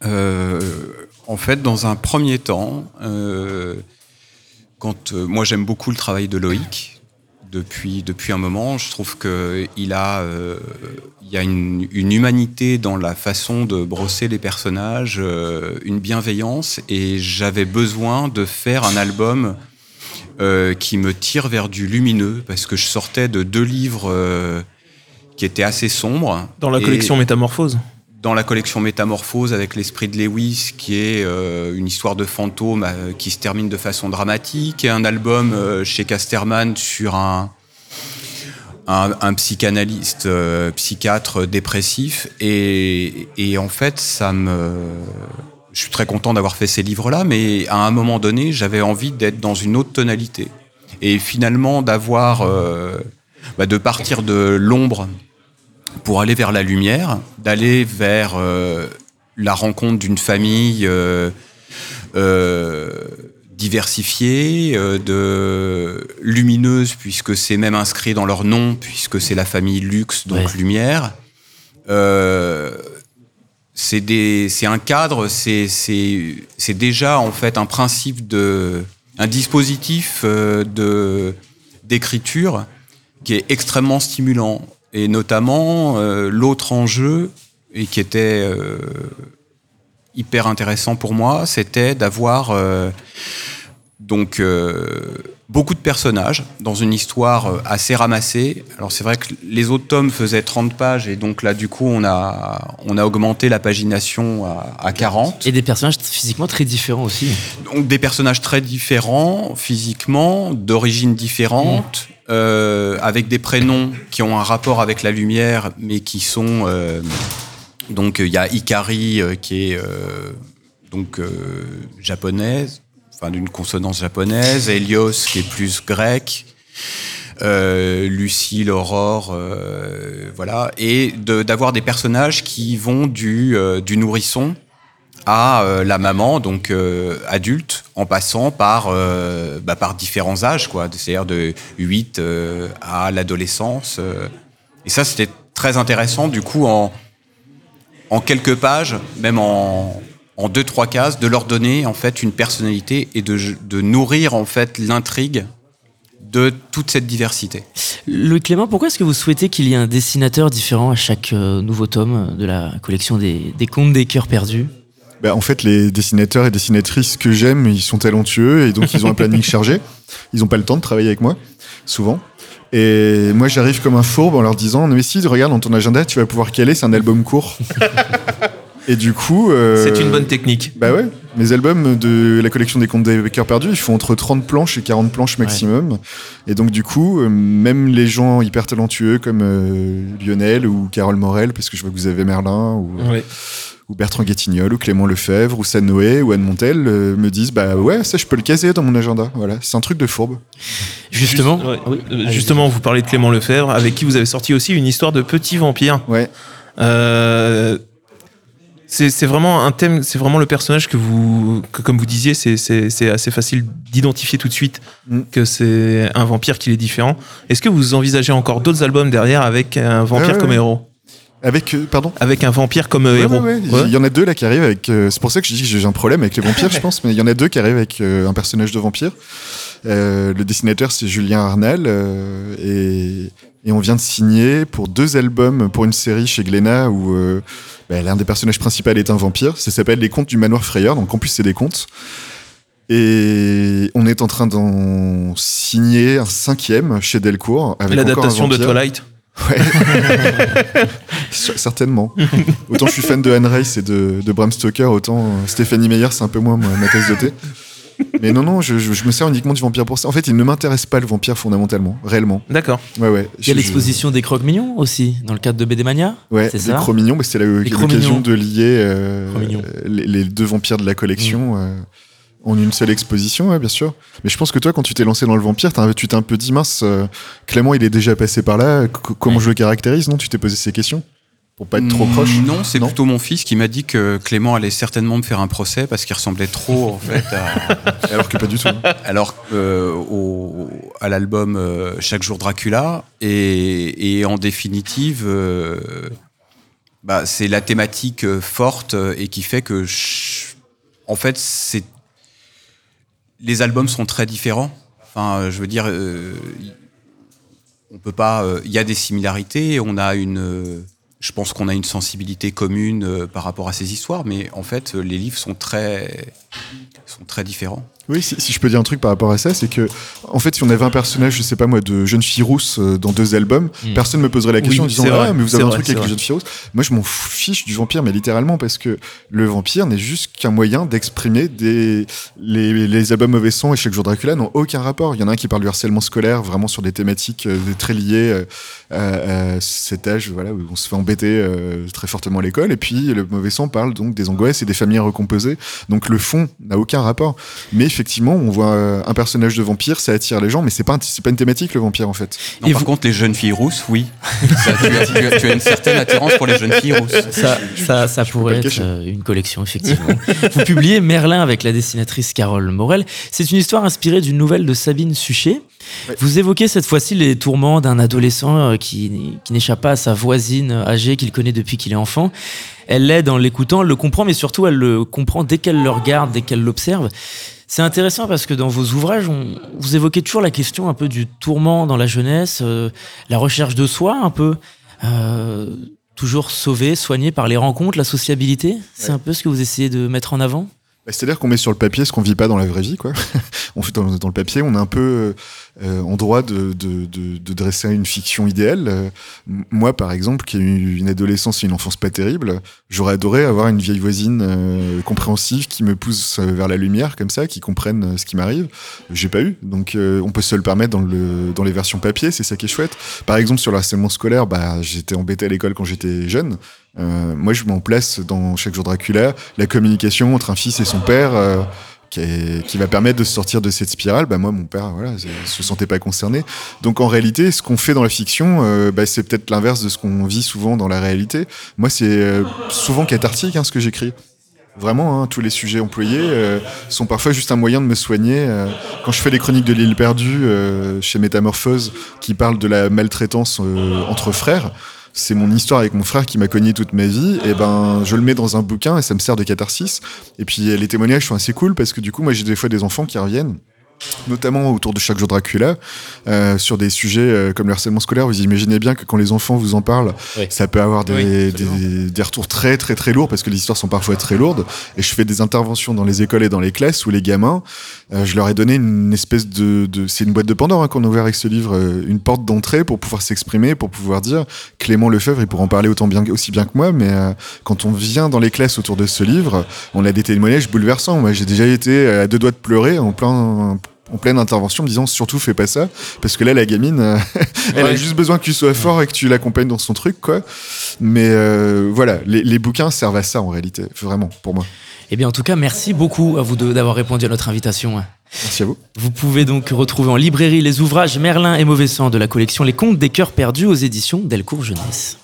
En fait, dans un premier temps, moi j'aime beaucoup le travail de Loïc depuis un moment. Je trouve qu'il y a une humanité dans la façon de brosser les personnages, une bienveillance, et j'avais besoin de faire un album qui me tire vers du lumineux, parce que je sortais de 2 livres qui étaient assez sombres. Dans la collection Métamorphose. Dans la collection Métamorphose, avec l'esprit de Lewis, qui est une histoire de fantôme qui se termine de façon dramatique, et un album chez Casterman sur un psychanalyste, psychiatre dépressif. Et en fait, je suis très content d'avoir fait ces livres-là, mais à un moment donné, j'avais envie d'être dans une autre tonalité. Et finalement, de partir de l'ombre pour aller vers la lumière, d'aller vers la rencontre d'une famille diversifiée, lumineuse, puisque c'est même inscrit dans leur nom, puisque c'est la famille Lux, donc lumière. C'est un cadre, c'est déjà en fait un principe un dispositif d'écriture qui est extrêmement stimulant. Et notamment, l'autre enjeu, et qui était hyper intéressant pour moi, c'était d'avoir beaucoup de personnages dans une histoire assez ramassée. Alors c'est vrai que les autres tomes faisaient 30 pages, et donc là, du coup, on a augmenté la pagination à 40. Et des personnages physiquement très différents aussi. Donc des personnages très différents, physiquement, d'origines différentes, avec des prénoms qui ont un rapport avec la lumière, mais qui sont... donc il y a Ikari qui est japonaise, enfin d'une consonance japonaise, Hélios qui est plus grec, Lucie, l'Aurore, voilà, et d'avoir des personnages qui vont du nourrisson à la maman, donc adulte, en passant par différents âges, quoi, c'est-à-dire de 8 à l'adolescence. Et ça, c'était très intéressant, du coup, en quelques pages, même en 2-3 cases, de leur donner en fait une personnalité et de nourrir en fait l'intrigue de toute cette diversité. Louis Clément, pourquoi est-ce que vous souhaitez qu'il y ait un dessinateur différent à chaque nouveau tome de la collection des contes des cœurs perdus ? En fait, les dessinateurs et dessinatrices que j'aime, ils sont talentueux et donc ils ont un planning chargé. Ils n'ont pas le temps de travailler avec moi, souvent. Et moi, j'arrive comme un fourbe en leur disant « Mais si, regarde, dans ton agenda, tu vas pouvoir caler, c'est un album court. » Et du coup... c'est une bonne technique. Bah ouais, mes albums de la collection des contes des cœurs perdus, ils font entre 30 planches et 40 planches maximum. Ouais. Et donc du coup, même les gens hyper talentueux comme Lionel ou Carole Morel, parce que je vois que vous avez Merlin, ou Bertrand Guetignol, ou Clément Lefebvre, ou Sad Noé, ou Anne Montel, me disent « Bah ouais, ça je peux le caser dans mon agenda. » Voilà, c'est un truc de fourbe. Justement, justement, vous parlez de Clément Lefebvre, avec qui vous avez sorti aussi une histoire de petit vampire. Ouais. C'est vraiment un thème, c'est vraiment le personnage que comme vous disiez, c'est assez facile d'identifier tout de suite que c'est un vampire, qu'il est différent. Est-ce que vous envisagez encore d'autres albums derrière avec un vampire comme héros ? Avec un vampire comme héros. Ouais. Il y en a 2 là qui arrivent avec. C'est pour ça que je dis que j'ai un problème avec les vampires, je pense. Mais il y en a 2 qui arrivent avec un personnage de vampire. Le dessinateur, c'est Julien Arnal, et on vient de signer pour 2 albums pour une série chez Glénat où l'un des personnages principaux est un vampire. Ça s'appelle Les Contes du Manoir Frayeur. Donc en plus c'est des contes. Et on est en train d'en signer un 5e chez Delcourt avec l'adaptation de Twilight. Ouais. Certainement. Autant je suis fan de Anne Rice et de Bram Stoker, autant Stéphanie Meyer, c'est un peu moins ma tasse de thé. Mais non, je me sers uniquement du vampire pour ça. En fait, il ne m'intéresse pas le vampire fondamentalement, réellement. D'accord. Ouais. Il y a l'exposition des Croque-Mignons aussi, dans le cadre de BD Mania. Ouais, c'est les Croque-Mignons, c'était l'occasion de lier les 2 vampires de la collection en une seule exposition, ouais, bien sûr. Mais je pense que toi, quand tu t'es lancé dans le vampire, tu t'es un peu dit, mince, Clément, il est déjà passé par là, comment je le caractérise, non ? Tu t'es posé ces questions ? Pour pas être trop proche ? Non, c'est plutôt mon fils qui m'a dit que Clément allait certainement me faire un procès parce qu'il ressemblait trop en fait à... Alors que pas du tout. Alors à l'album Chaque jour Dracula, et en définitive c'est la thématique forte et qui fait que, en fait, les albums sont très différents. Enfin, je veux dire, on peut pas. Il y a des similarités. Je pense qu'on a une sensibilité commune par rapport à ces histoires, mais en fait, les livres sont très différents. Oui, si je peux dire un truc par rapport à ça, c'est que, en fait, si on avait un personnage, je sais pas moi, de jeune fille rousse dans 2 albums, personne me poserait la question en disant mais vous avez un truc avec les jeunes filles rousses. Moi, je m'en fiche du vampire, mais littéralement, parce que le vampire n'est juste qu'un moyen d'exprimer les albums Mauvais Son et Chaque jour Dracula n'ont aucun rapport. Il y en a un qui parle du harcèlement scolaire, vraiment sur des thématiques très liées à cet âge, voilà, où on se fait embêter très fortement à l'école. Et puis, le Mauvais Son parle donc des angoisses et des familles recomposées. Donc, le fond n'a aucun rapport. Mais effectivement, on voit un personnage de vampire, ça attire les gens, mais c'est pas une thématique, le vampire, en fait. Non, par contre, les jeunes filles rousses, oui. Tu as une certaine attirance pour les jeunes filles rousses. Ça pourrait être une collection, effectivement. Vous publiez Merlin avec la dessinatrice Carole Morel. C'est une histoire inspirée d'une nouvelle de Sabine Suchet. Ouais. Vous évoquez cette fois-ci les tourments d'un adolescent qui n'échappe pas à sa voisine âgée qu'il connaît depuis qu'il est enfant. Elle l'aide en l'écoutant, elle le comprend, mais surtout elle le comprend dès qu'elle le regarde, dès qu'elle l'observe. C'est intéressant parce que dans vos ouvrages, vous évoquez toujours la question un peu du tourment dans la jeunesse, la recherche de soi un peu, toujours sauvé, soigné par les rencontres, la sociabilité. C'est un peu ce que vous essayez de mettre en avant ? C'est-à-dire qu'on met sur le papier ce qu'on vit pas dans la vraie vie, quoi. On fait dans le papier, on est un peu en droit de dresser une fiction idéale. Moi, par exemple, qui ai eu une adolescence et une enfance pas terrible, j'aurais adoré avoir une vieille voisine compréhensive qui me pousse vers la lumière, comme ça, qui comprenne ce qui m'arrive. J'ai pas eu, donc on peut se le permettre dans les versions papier, c'est ça qui est chouette. Par exemple, sur le harcèlement scolaire, j'étais embêté à l'école quand j'étais jeune. Moi, je m'en place dans Chaque jour Dracula, la communication entre un fils et son père qui va permettre de sortir de cette spirale. Moi, mon père, voilà, se sentait pas concerné. Donc, en réalité, ce qu'on fait dans la fiction, c'est peut-être l'inverse de ce qu'on vit souvent dans la réalité. Moi, c'est souvent cathartique, ce que j'écris. Vraiment, tous les sujets employés sont parfois juste un moyen de me soigner. Quand je fais les chroniques de l'île perdue chez Métamorphose, qui parlent de la maltraitance entre frères, c'est mon histoire avec mon frère qui m'a cogné toute ma vie, et je le mets dans un bouquin et ça me sert de catharsis. Et puis les témoignages sont assez cool parce que du coup, moi j'ai des fois des enfants qui reviennent, notamment autour de Chaque jour Dracula, sur des sujets comme le harcèlement scolaire. Vous imaginez bien que quand les enfants vous en parlent, ça peut avoir des retours très très très lourds parce que les histoires sont parfois très lourdes. Et je fais des interventions dans les écoles et dans les classes où les gamins, je leur ai donné une espèce c'est une boîte de Pandore qu'on a ouvert avec ce livre, une porte d'entrée pour pouvoir s'exprimer, pour pouvoir dire Clément Lefebvre, il pourra en parler aussi bien que moi, mais quand on vient dans les classes autour de ce livre, on a des témoignages bouleversants. Moi, j'ai déjà été à 2 doigts de pleurer en pleine intervention, me disant surtout fais pas ça, parce que là la gamine elle a juste besoin que tu sois fort et que tu l'accompagnes dans son truc, quoi. Mais voilà, les bouquins servent à ça en réalité, vraiment, pour moi. Eh bien, en tout cas, merci beaucoup à vous deux d'avoir répondu à notre invitation. Merci à vous. Vous pouvez donc retrouver en librairie les ouvrages Merlin et Mauvais Sang de la collection Les Contes des Cœurs Perdus aux éditions Delcourt Jeunesse.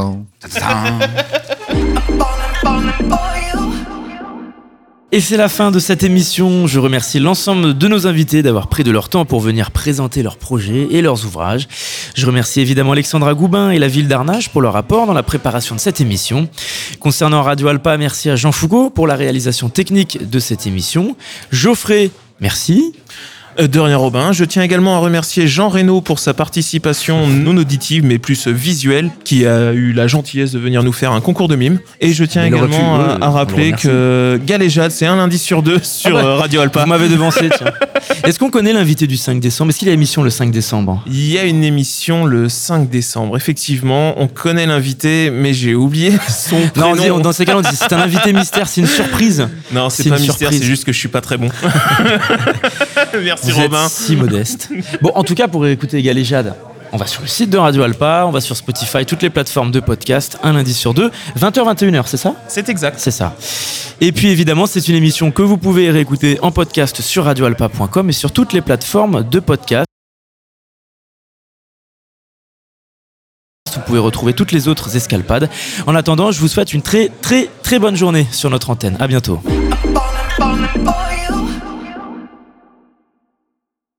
Et c'est la fin de cette émission. Je remercie l'ensemble de nos invités d'avoir pris de leur temps pour venir présenter leurs projets et leurs ouvrages. Je remercie évidemment Alexandra Goubin et la ville d'Arnage pour leur apport dans la préparation de cette émission. Concernant Radio Alpa, merci à Jean Foucault pour la réalisation technique de cette émission. Geoffrey, merci. De rien, Robin. Je tiens également à remercier Jean Reynaud pour sa participation non auditive mais plus visuelle, qui a eu la gentillesse de venir nous faire un concours de mime. Et je tiens également à rappeler que Galéjade, c'est un lundi sur 2 sur Radio Alpa. Vous m'avez devancé, tiens. Est-ce qu'on connaît l'invité du 5 décembre ? Est-ce qu'il y a émission le 5 décembre ? Il y a une émission le 5 décembre. Effectivement, on connaît l'invité, mais j'ai oublié son prénom. Non, dans ces cas-là, on dit c'est un invité mystère, c'est une surprise. Non, c'est pas mystère, c'est juste que je suis pas très bon. Merci. Vous Robin. êtes si modeste. Bon, en tout cas, pour écouter Galéjade, on va sur le site de Radio Alpa, on va sur Spotify, toutes les plateformes de podcast, un lundi sur 2, 20h-21h, c'est ça ? C'est exact. C'est ça. Et puis évidemment, c'est une émission que vous pouvez réécouter en podcast sur radioalpa.com et sur toutes les plateformes de podcast. Vous pouvez retrouver toutes les autres escalpades. En attendant, je vous souhaite une très très très bonne journée sur notre antenne. À bientôt.